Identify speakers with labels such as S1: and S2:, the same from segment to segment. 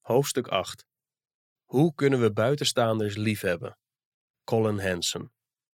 S1: Hoofdstuk 8. Hoe kunnen we buitenstaanders liefhebben? Colin Hansen.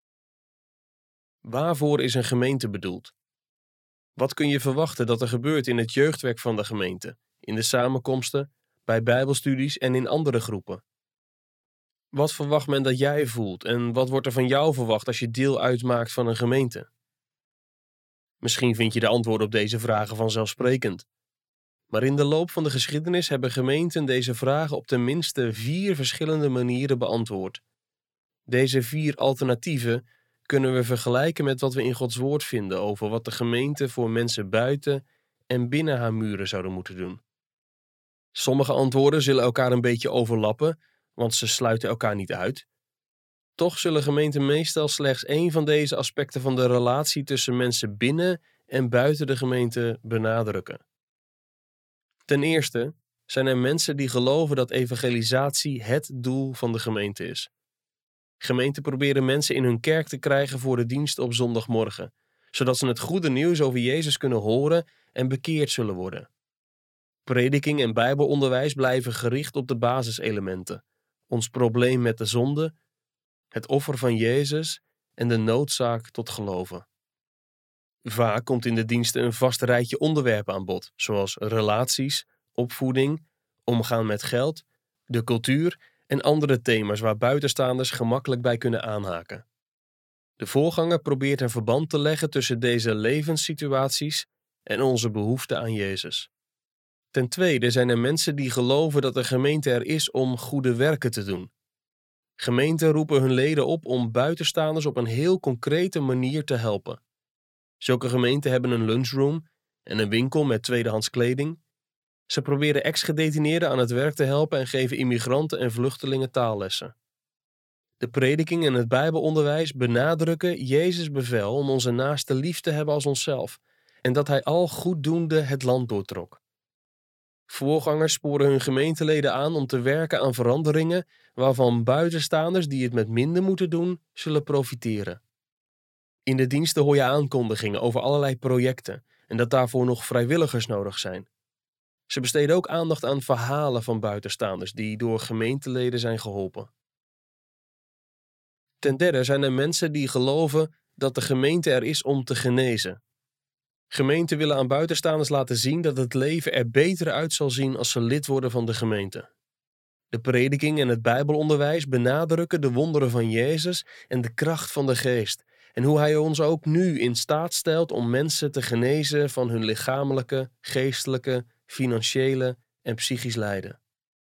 S1: Waarvoor is een gemeente bedoeld? Wat kun je verwachten dat er gebeurt in het jeugdwerk van de gemeente, in de samenkomsten, bij bijbelstudies en in andere groepen? Wat verwacht men dat jij voelt en wat wordt er van jou verwacht als je deel uitmaakt van een gemeente? Misschien vind je de antwoorden op deze vragen vanzelfsprekend. Maar in de loop van de geschiedenis hebben gemeenten deze vragen op ten minste 4 verschillende manieren beantwoord. Deze 4 alternatieven kunnen we vergelijken met wat we in Gods woord vinden over wat de gemeente voor mensen buiten en binnen haar muren zouden moeten doen. Sommige antwoorden zullen elkaar een beetje overlappen, want ze sluiten elkaar niet uit. Toch zullen gemeenten meestal slechts één van deze aspecten van de relatie tussen mensen binnen en buiten de gemeente benadrukken. Ten eerste zijn er mensen die geloven dat evangelisatie het doel van de gemeente is. Gemeenten proberen mensen in hun kerk te krijgen voor de dienst op zondagmorgen, zodat ze het goede nieuws over Jezus kunnen horen en bekeerd zullen worden. Prediking en bijbelonderwijs blijven gericht op de basiselementen: ons probleem met de zonde, het offer van Jezus en de noodzaak tot geloven. Vaak komt in de diensten een vast rijtje onderwerpen aan bod, zoals relaties, opvoeding, omgaan met geld, de cultuur en andere thema's waar buitenstaanders gemakkelijk bij kunnen aanhaken. De voorganger probeert een verband te leggen tussen deze levenssituaties en onze behoefte aan Jezus. Ten tweede zijn er mensen die geloven dat de gemeente er is om goede werken te doen. Gemeenten roepen hun leden op om buitenstaanders op een heel concrete manier te helpen. Zulke gemeenten hebben een lunchroom en een winkel met tweedehands kleding. Ze proberen ex-gedetineerden aan het werk te helpen en geven immigranten en vluchtelingen taallessen. De prediking en het bijbelonderwijs benadrukken Jezus' bevel om onze naaste lief te hebben als onszelf en dat hij al goeddoende het land doortrok. Voorgangers sporen hun gemeenteleden aan om te werken aan veranderingen waarvan buitenstaanders die het met minder moeten doen, zullen profiteren. In de diensten hoor je aankondigingen over allerlei projecten en dat daarvoor nog vrijwilligers nodig zijn. Ze besteden ook aandacht aan verhalen van buitenstaanders die door gemeenteleden zijn geholpen. Ten derde zijn er mensen die geloven dat de gemeente er is om te genezen. Gemeenten willen aan buitenstaanders laten zien dat het leven er beter uit zal zien als ze lid worden van de gemeente. De prediking en het bijbelonderwijs benadrukken de wonderen van Jezus en de kracht van de Geest en hoe hij ons ook nu in staat stelt om mensen te genezen van hun lichamelijke, geestelijke, financiële en psychisch lijden.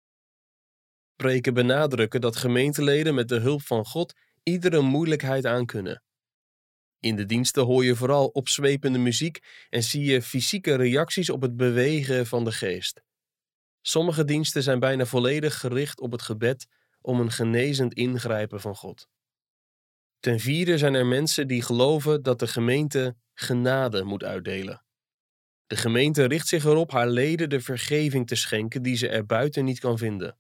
S1: Preken benadrukken dat gemeenteleden met de hulp van God iedere moeilijkheid aankunnen. In de diensten hoor je vooral opzwepende muziek en zie je fysieke reacties op het bewegen van de Geest. Sommige diensten zijn bijna volledig gericht op het gebed om een genezend ingrijpen van God. Ten vierde zijn er mensen die geloven dat de gemeente genade moet uitdelen. De gemeente richt zich erop haar leden de vergeving te schenken die ze erbuiten niet kan vinden.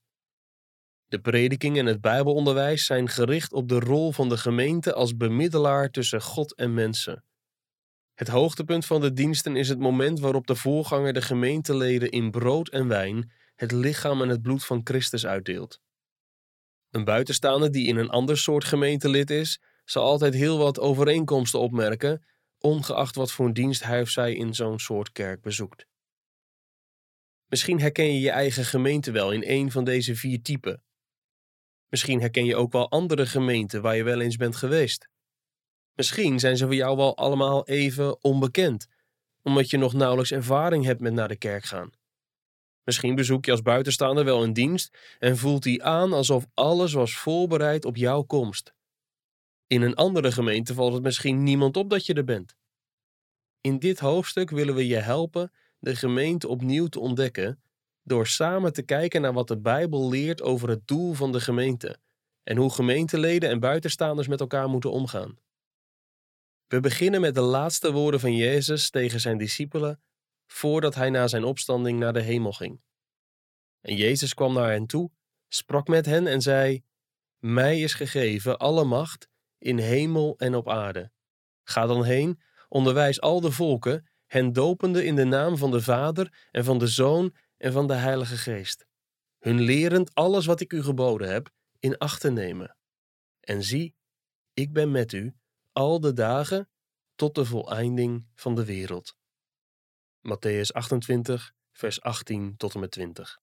S1: De prediking en het bijbelonderwijs zijn gericht op de rol van de gemeente als bemiddelaar tussen God en mensen. Het hoogtepunt van de diensten is het moment waarop de voorganger de gemeenteleden in brood en wijn het lichaam en het bloed van Christus uitdeelt. Een buitenstaander die in een ander soort gemeentelid is, zal altijd heel wat overeenkomsten opmerken, ongeacht wat voor een dienst hij of zij in zo'n soort kerk bezoekt. Misschien herken je je eigen gemeente wel in een van deze 4 typen. Misschien herken je ook wel andere gemeenten waar je wel eens bent geweest. Misschien zijn ze voor jou wel allemaal even onbekend, omdat je nog nauwelijks ervaring hebt met naar de kerk gaan. Misschien bezoek je als buitenstaander wel een dienst en voelt die aan alsof alles was voorbereid op jouw komst. In een andere gemeente valt het misschien niemand op dat je er bent. In dit hoofdstuk willen we je helpen de gemeente opnieuw te ontdekken door samen te kijken naar wat de Bijbel leert over het doel van de gemeente en hoe gemeenteleden en buitenstaanders met elkaar moeten omgaan. We beginnen met de laatste woorden van Jezus tegen zijn discipelen voordat hij na zijn opstanding naar de hemel ging. En Jezus kwam naar hen toe, sprak met hen en zei: Mij is gegeven alle macht in hemel en op aarde. Ga dan heen, onderwijs al de volken, hen dopende in de naam van de Vader en van de Zoon en van de Heilige Geest. hun lerend alles wat ik u geboden heb in acht te nemen. En zie, ik ben met u al de dagen tot de voleinding van de wereld. Mattheüs 28, vers 18 tot en met 20.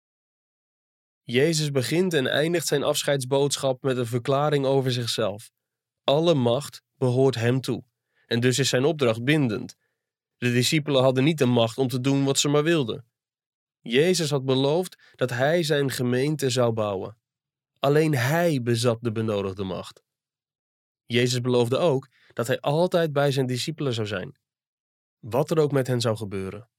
S1: Jezus begint en eindigt zijn afscheidsboodschap met een verklaring over zichzelf. Alle macht behoort hem toe, en dus is zijn opdracht bindend. De discipelen hadden niet de macht om te doen wat ze maar wilden. Jezus had beloofd dat hij zijn gemeente zou bouwen. Alleen hij bezat de benodigde macht. Jezus beloofde ook dat hij altijd bij zijn discipelen zou zijn, wat er ook met hen zou gebeuren.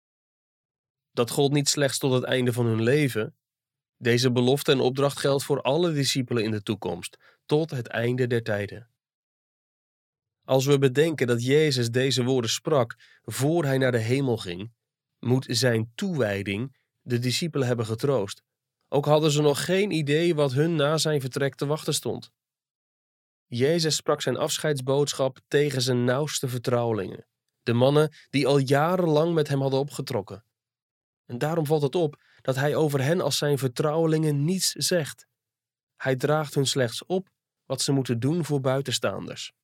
S1: Dat gold niet slechts tot het einde van hun leven. Deze belofte en opdracht geldt voor alle discipelen in de toekomst, tot het einde der tijden. Als we bedenken dat Jezus deze woorden sprak voor hij naar de hemel ging, moet zijn toewijding de discipelen hebben getroost. Ook hadden ze nog geen idee wat hun na zijn vertrek te wachten stond. Jezus sprak zijn afscheidsboodschap tegen zijn nauwste vertrouwelingen, de mannen die al jarenlang met hem hadden opgetrokken. En daarom valt het op dat hij over hen als zijn vertrouwelingen niets zegt. Hij draagt hun slechts op wat ze moeten doen voor buitenstaanders.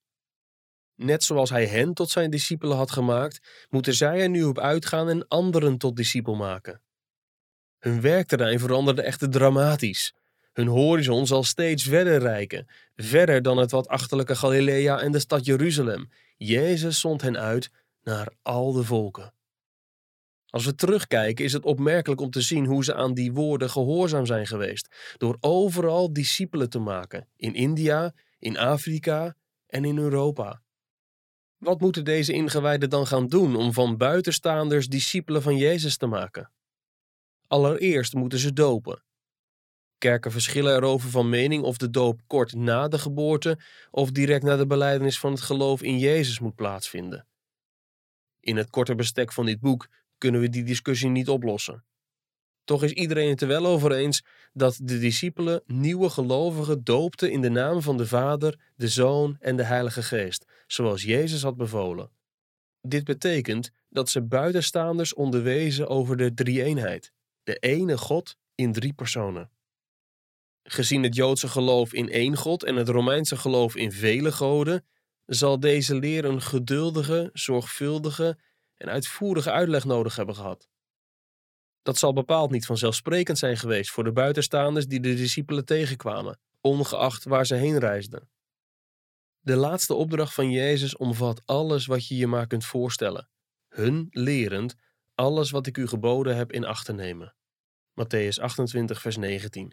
S1: Net zoals hij hen tot zijn discipelen had gemaakt, moeten zij er nu op uitgaan en anderen tot discipel maken. Hun werkterrein veranderde echter dramatisch. Hun horizon zal steeds verder reiken, verder dan het wat achterlijke Galilea en de stad Jeruzalem. Jezus zond hen uit naar al de volken. Als we terugkijken is het opmerkelijk om te zien hoe ze aan die woorden gehoorzaam zijn geweest, door overal discipelen te maken, in India, in Afrika en in Europa. Wat moeten deze ingewijden dan gaan doen om van buitenstaanders discipelen van Jezus te maken? Allereerst moeten ze dopen. Kerken verschillen erover van mening of de doop kort na de geboorte of direct na de belijdenis van het geloof in Jezus moet plaatsvinden. In het korte bestek van dit boek kunnen we die discussie niet oplossen. Toch is iedereen het er wel over eens dat de discipelen nieuwe gelovigen doopten in de naam van de Vader, de Zoon en de Heilige Geest, zoals Jezus had bevolen. Dit betekent dat ze buitenstaanders onderwezen over de drie-eenheid, de ene God in 3 personen. Gezien het Joodse geloof in één God en het Romeinse geloof in vele goden, zal deze leer een geduldige, zorgvuldige en uitvoerige uitleg nodig hebben gehad. Dat zal bepaald niet vanzelfsprekend zijn geweest voor de buitenstaanders die de discipelen tegenkwamen, ongeacht waar ze heen reisden. De laatste opdracht van Jezus omvat alles wat je je maar kunt voorstellen, hun lerend alles wat ik u geboden heb in acht te nemen. Mattheüs 28, vers 19.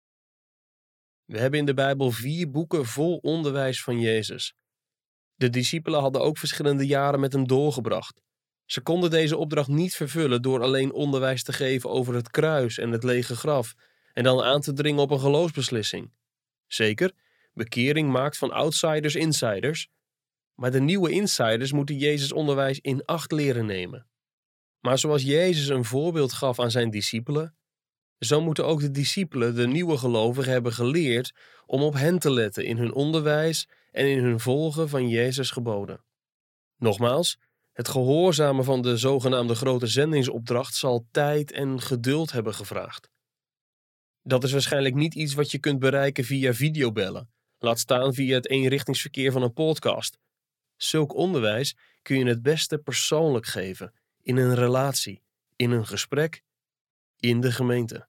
S1: We hebben in de Bijbel 4 boeken vol onderwijs van Jezus. De discipelen hadden ook verschillende jaren met hem doorgebracht. Ze konden deze opdracht niet vervullen door alleen onderwijs te geven over het kruis en het lege graf en dan aan te dringen op een geloofsbeslissing. Zeker, bekering maakt van outsiders insiders, maar de nieuwe insiders moeten Jezus' onderwijs in acht leren nemen. Maar zoals Jezus een voorbeeld gaf aan zijn discipelen, zo moeten ook de discipelen de nieuwe gelovigen hebben geleerd om op hen te letten in hun onderwijs en in hun volgen van Jezus' geboden. Nogmaals, het gehoorzamen van de zogenaamde grote zendingsopdracht zal tijd en geduld hebben gevraagd. Dat is waarschijnlijk niet iets wat je kunt bereiken via videobellen, laat staan via het eenrichtingsverkeer van een podcast. Zulk onderwijs kun je het beste persoonlijk geven, in een relatie, in een gesprek, in de gemeente.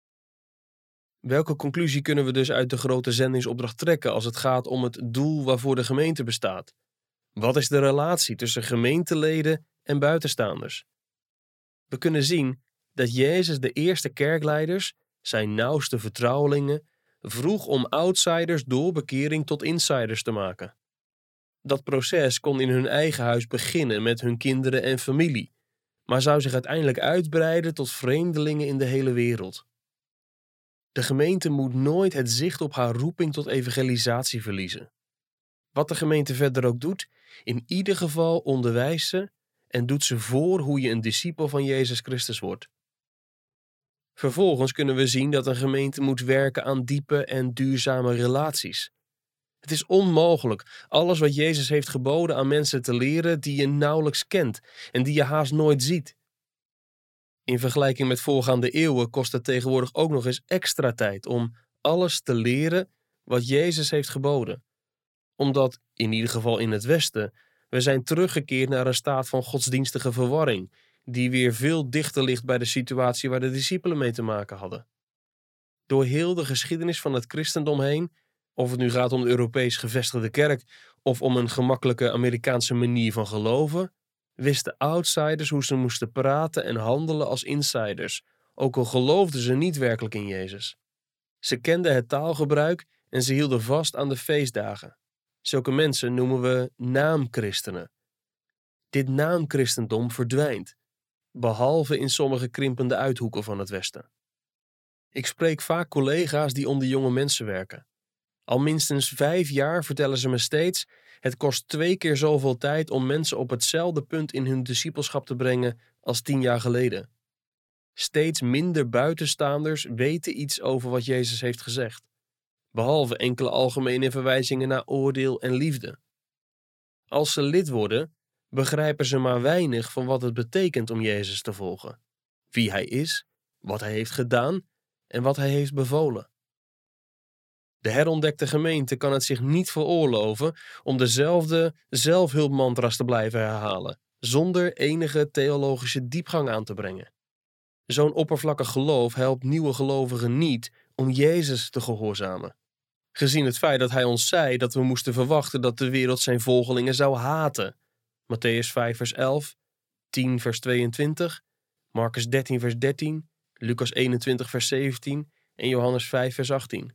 S1: Welke conclusie kunnen we dus uit de grote zendingsopdracht trekken als het gaat om het doel waarvoor de gemeente bestaat? Wat is de relatie tussen gemeenteleden en buitenstaanders? We kunnen zien dat Jezus de eerste kerkleiders, zijn nauwste vertrouwelingen, vroeg om outsiders door bekering tot insiders te maken. Dat proces kon in hun eigen huis beginnen met hun kinderen en familie, maar zou zich uiteindelijk uitbreiden tot vreemdelingen in de hele wereld. De gemeente moet nooit het zicht op haar roeping tot evangelisatie verliezen. Wat de gemeente verder ook doet, in ieder geval onderwijst ze en doet ze voor hoe je een discipel van Jezus Christus wordt. Vervolgens kunnen we zien dat een gemeente moet werken aan diepe en duurzame relaties. Het is onmogelijk alles wat Jezus heeft geboden aan mensen te leren die je nauwelijks kent en die je haast nooit ziet. In vergelijking met voorgaande eeuwen kost het tegenwoordig ook nog eens extra tijd om alles te leren wat Jezus heeft geboden. Omdat, in ieder geval in het Westen, we zijn teruggekeerd naar een staat van godsdienstige verwarring, die weer veel dichter ligt bij de situatie waar de discipelen mee te maken hadden. Door heel de geschiedenis van het christendom heen, of het nu gaat om de Europees gevestigde kerk of om een gemakkelijke Amerikaanse manier van geloven, wisten outsiders hoe ze moesten praten en handelen als insiders, ook al geloofden ze niet werkelijk in Jezus. Ze kenden het taalgebruik en ze hielden vast aan de feestdagen. Zulke mensen noemen we naamchristenen. Dit naamchristendom verdwijnt, behalve in sommige krimpende uithoeken van het Westen. Ik spreek vaak collega's die onder jonge mensen werken. Al minstens 5 jaar vertellen ze me steeds: het kost 2 keer zoveel tijd om mensen op hetzelfde punt in hun discipelschap te brengen als 10 jaar geleden. Steeds minder buitenstaanders weten iets over wat Jezus heeft gezegd, behalve enkele algemene verwijzingen naar oordeel en liefde. Als ze lid worden, begrijpen ze maar weinig van wat het betekent om Jezus te volgen, wie hij is, wat hij heeft gedaan en wat hij heeft bevolen. De herontdekte gemeente kan het zich niet veroorloven om dezelfde zelfhulpmantra's te blijven herhalen, zonder enige theologische diepgang aan te brengen. Zo'n oppervlakkig geloof helpt nieuwe gelovigen niet om Jezus te gehoorzamen. Gezien het feit dat hij ons zei dat we moesten verwachten dat de wereld zijn volgelingen zou haten. Matthäus 5 vers 11, 10 vers 22, Marcus 13 vers 13, Lucas 21 vers 17 en Johannes 5 vers 18.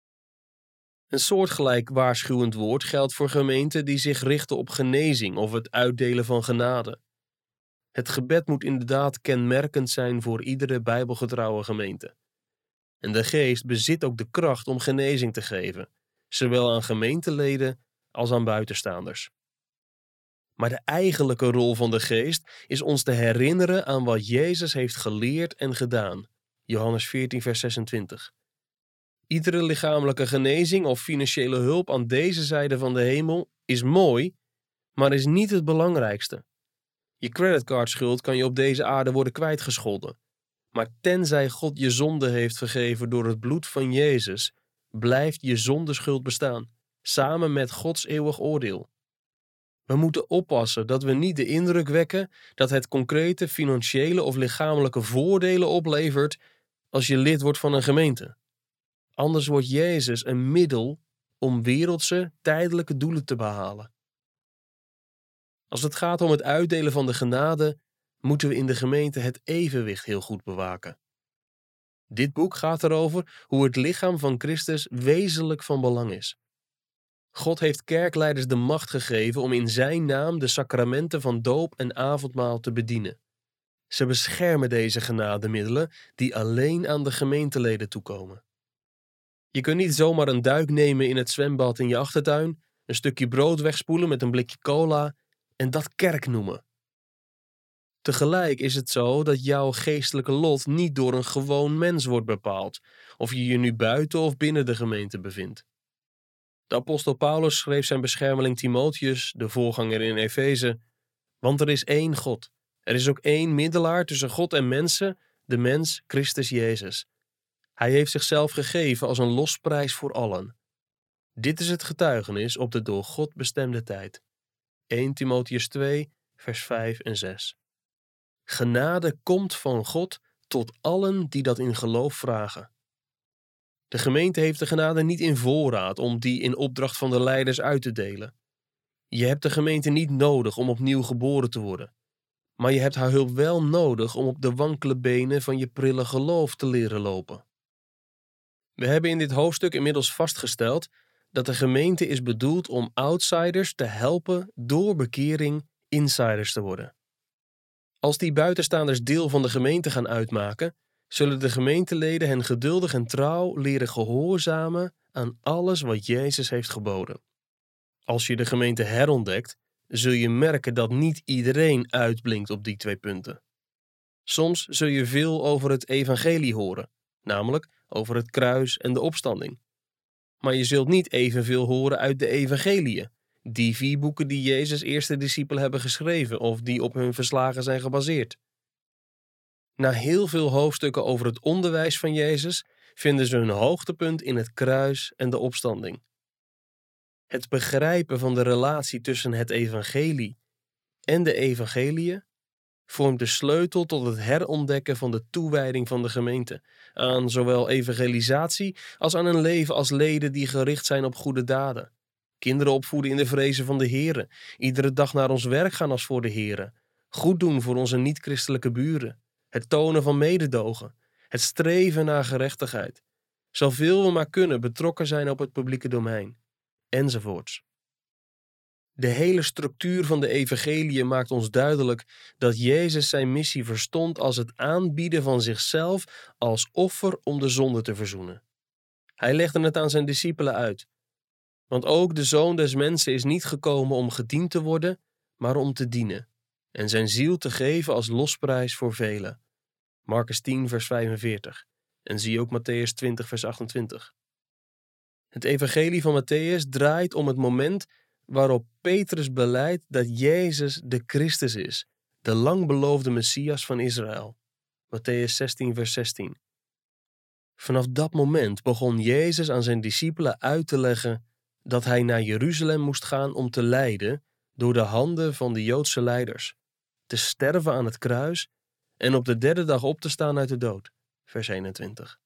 S1: Een soortgelijk waarschuwend woord geldt voor gemeenten die zich richten op genezing of het uitdelen van genade. Het gebed moet inderdaad kenmerkend zijn voor iedere bijbelgetrouwe gemeente. En de Geest bezit ook de kracht om genezing te geven, zowel aan gemeenteleden als aan buitenstaanders. Maar de eigenlijke rol van de Geest is ons te herinneren aan wat Jezus heeft geleerd en gedaan. Johannes 14 vers 26. Iedere lichamelijke genezing of financiële hulp aan deze zijde van de hemel is mooi, maar is niet het belangrijkste. Je creditcardschuld kan je op deze aarde worden kwijtgescholden. Maar tenzij God je zonde heeft vergeven door het bloed van Jezus, blijft je zondeschuld bestaan, samen met Gods eeuwig oordeel. We moeten oppassen dat we niet de indruk wekken dat het concrete financiële of lichamelijke voordelen oplevert als je lid wordt van een gemeente. Anders wordt Jezus een middel om wereldse, tijdelijke doelen te behalen. Als het gaat om het uitdelen van de genade, moeten we in de gemeente het evenwicht heel goed bewaken. Dit boek gaat erover hoe het lichaam van Christus wezenlijk van belang is. God heeft kerkleiders de macht gegeven om in zijn naam de sacramenten van doop en avondmaal te bedienen. Ze beschermen deze genademiddelen die alleen aan de gemeenteleden toekomen. Je kunt niet zomaar een duik nemen in het zwembad in je achtertuin, een stukje brood wegspoelen met een blikje cola en dat kerk noemen. Tegelijk is het zo dat jouw geestelijke lot niet door een gewoon mens wordt bepaald, of je je nu buiten of binnen de gemeente bevindt. De apostel Paulus schreef zijn beschermeling Timotheus, de voorganger in Efeze, want er is één God. Er is ook één middelaar tussen God en mensen, de mens Christus Jezus. Hij heeft zichzelf gegeven als een losprijs voor allen. Dit is het getuigenis op de door God bestemde tijd. 1 Timotheus 2, vers 5 en 6. Genade komt van God tot allen die dat in geloof vragen. De gemeente heeft de genade niet in voorraad om die in opdracht van de leiders uit te delen. Je hebt de gemeente niet nodig om opnieuw geboren te worden. Maar je hebt haar hulp wel nodig om op de wankele benen van je prille geloof te leren lopen. We hebben in dit hoofdstuk inmiddels vastgesteld dat de gemeente is bedoeld om outsiders te helpen door bekering insiders te worden. Als die buitenstaanders deel van de gemeente gaan uitmaken, zullen de gemeenteleden hen geduldig en trouw leren gehoorzamen aan alles wat Jezus heeft geboden. Als je de gemeente herontdekt, zul je merken dat niet iedereen uitblinkt op die 2 punten. Soms zul je veel over het evangelie horen, namelijk over het kruis en de opstanding. Maar je zult niet evenveel horen uit de evangeliën, die 4 boeken die Jezus' eerste discipelen hebben geschreven of die op hun verslagen zijn gebaseerd. Na heel veel hoofdstukken over het onderwijs van Jezus vinden ze hun hoogtepunt in het kruis en de opstanding. Het begrijpen van de relatie tussen het evangelie en de evangeliën vormt de sleutel tot het herontdekken van de toewijding van de gemeente aan zowel evangelisatie als aan een leven als leden die gericht zijn op goede daden. Kinderen opvoeden in de vrezen van de Here, iedere dag naar ons werk gaan als voor de Here, goed doen voor onze niet-christelijke buren, het tonen van mededogen, het streven naar gerechtigheid, zoveel we maar kunnen betrokken zijn op het publieke domein, enzovoorts. De hele structuur van de evangeliën maakt ons duidelijk dat Jezus zijn missie verstond als het aanbieden van zichzelf als offer om de zonde te verzoenen. Hij legde het aan zijn discipelen uit. Want ook de Zoon des Mensen is niet gekomen om gediend te worden, maar om te dienen en zijn ziel te geven als losprijs voor velen. Marcus 10 vers 45 en zie ook Matthäus 20 vers 28. Het evangelie van Matthäus draait om het moment waarop Petrus belijdt dat Jezus de Christus is, de lang beloofde Messias van Israël. Matthäus 16 vers 16. Vanaf dat moment begon Jezus aan zijn discipelen uit te leggen dat hij naar Jeruzalem moest gaan om te lijden door de handen van de Joodse leiders, te sterven aan het kruis en op de derde dag op te staan uit de dood. Vers 21.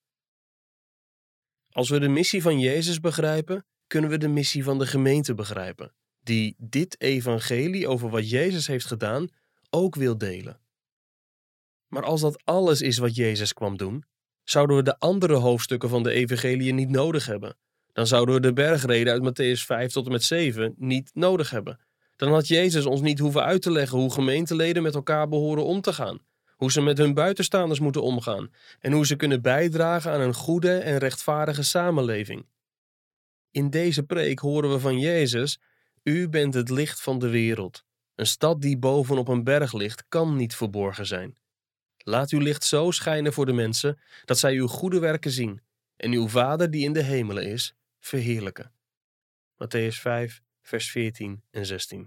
S1: Als we de missie van Jezus begrijpen, kunnen we de missie van de gemeente begrijpen, die dit evangelie over wat Jezus heeft gedaan ook wil delen. Maar als dat alles is wat Jezus kwam doen, zouden we de andere hoofdstukken van de evangeliën niet nodig hebben. Dan zouden we de bergreden uit Matthäus 5 tot en met 7 niet nodig hebben. Dan had Jezus ons niet hoeven uit te leggen hoe gemeenteleden met elkaar behoren om te gaan, hoe ze met hun buitenstaanders moeten omgaan en hoe ze kunnen bijdragen aan een goede en rechtvaardige samenleving. In deze preek horen we van Jezus: U bent het licht van de wereld. Een stad die bovenop een berg ligt, kan niet verborgen zijn. Laat uw licht zo schijnen voor de mensen, dat zij uw goede werken zien en uw Vader die in de hemelen is, verheerlijken. Matthäus 5, vers 14 en 16.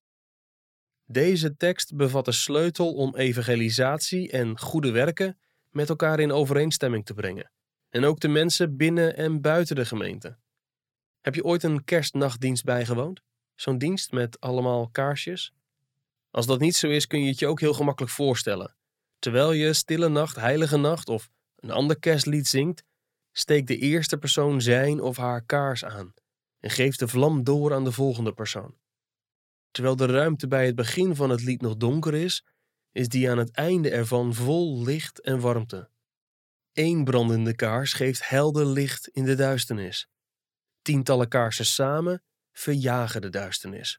S1: Deze tekst bevat de sleutel om evangelisatie en goede werken met elkaar in overeenstemming te brengen, en ook de mensen binnen en buiten de gemeente. Heb je ooit een kerstnachtdienst bijgewoond? Zo'n dienst met allemaal kaarsjes? Als dat niet zo is, kun je het je ook heel gemakkelijk voorstellen. Terwijl je Stille Nacht, Heilige Nacht of een ander kerstlied zingt, steekt de eerste persoon zijn of haar kaars aan en geeft de vlam door aan de volgende persoon. Terwijl de ruimte bij het begin van het lied nog donker is, is die aan het einde ervan vol licht en warmte. Eén brandende kaars geeft helder licht in de duisternis. Tientallen kaarsen samen verjagen de duisternis.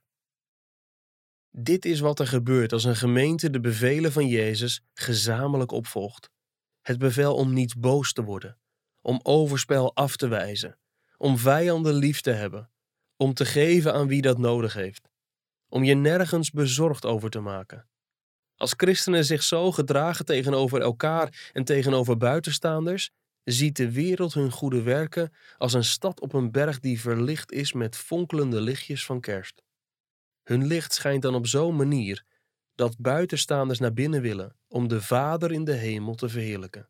S1: Dit is wat er gebeurt als een gemeente de bevelen van Jezus gezamenlijk opvolgt. Het bevel om niet boos te worden, om overspel af te wijzen, om vijanden lief te hebben, om te geven aan wie dat nodig heeft, om je nergens bezorgd over te maken. Als christenen zich zo gedragen tegenover elkaar en tegenover buitenstaanders, ziet de wereld hun goede werken als een stad op een berg die verlicht is met fonkelende lichtjes van kerst. Hun licht schijnt dan op zo'n manier dat buitenstaanders naar binnen willen om de Vader in de hemel te verheerlijken.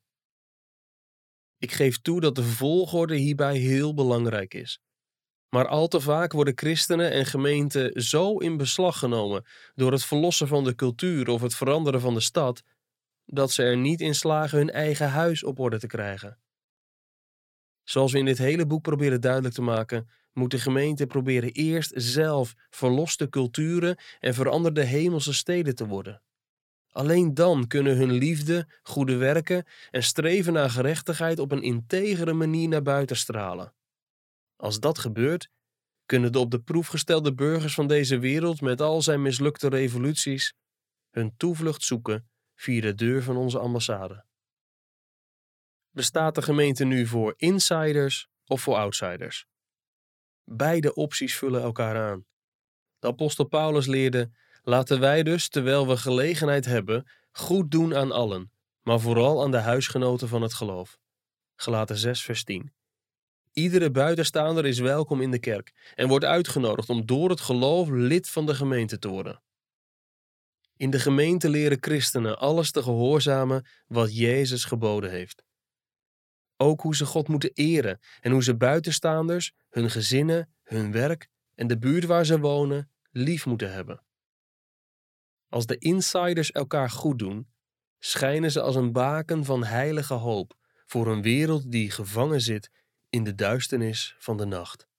S1: Ik geef toe dat de volgorde hierbij heel belangrijk is. Maar al te vaak worden christenen en gemeenten zo in beslag genomen door het verlossen van de cultuur of het veranderen van de stad, dat ze er niet in slagen hun eigen huis op orde te krijgen. Zoals we in dit hele boek proberen duidelijk te maken, moet de gemeente proberen eerst zelf verloste culturen en veranderde hemelse steden te worden. Alleen dan kunnen hun liefde, goede werken en streven naar gerechtigheid op een integere manier naar buiten stralen. Als dat gebeurt, kunnen de op de proef gestelde burgers van deze wereld met al zijn mislukte revoluties hun toevlucht zoeken via de deur van onze ambassade. Bestaat de gemeente nu voor insiders of voor outsiders? Beide opties vullen elkaar aan. De apostel Paulus leerde: laten wij dus, terwijl we gelegenheid hebben, goed doen aan allen, maar vooral aan de huisgenoten van het geloof. Galaten 6 vers 10. Iedere buitenstaander is welkom in de kerk en wordt uitgenodigd om door het geloof lid van de gemeente te worden. In de gemeente leren christenen alles te gehoorzamen wat Jezus geboden heeft. Ook hoe ze God moeten eren en hoe ze buitenstaanders, hun gezinnen, hun werk en de buurt waar ze wonen lief moeten hebben. Als de insiders elkaar goed doen, schijnen ze als een baken van heilige hoop voor een wereld die gevangen zit in de duisternis van de nacht.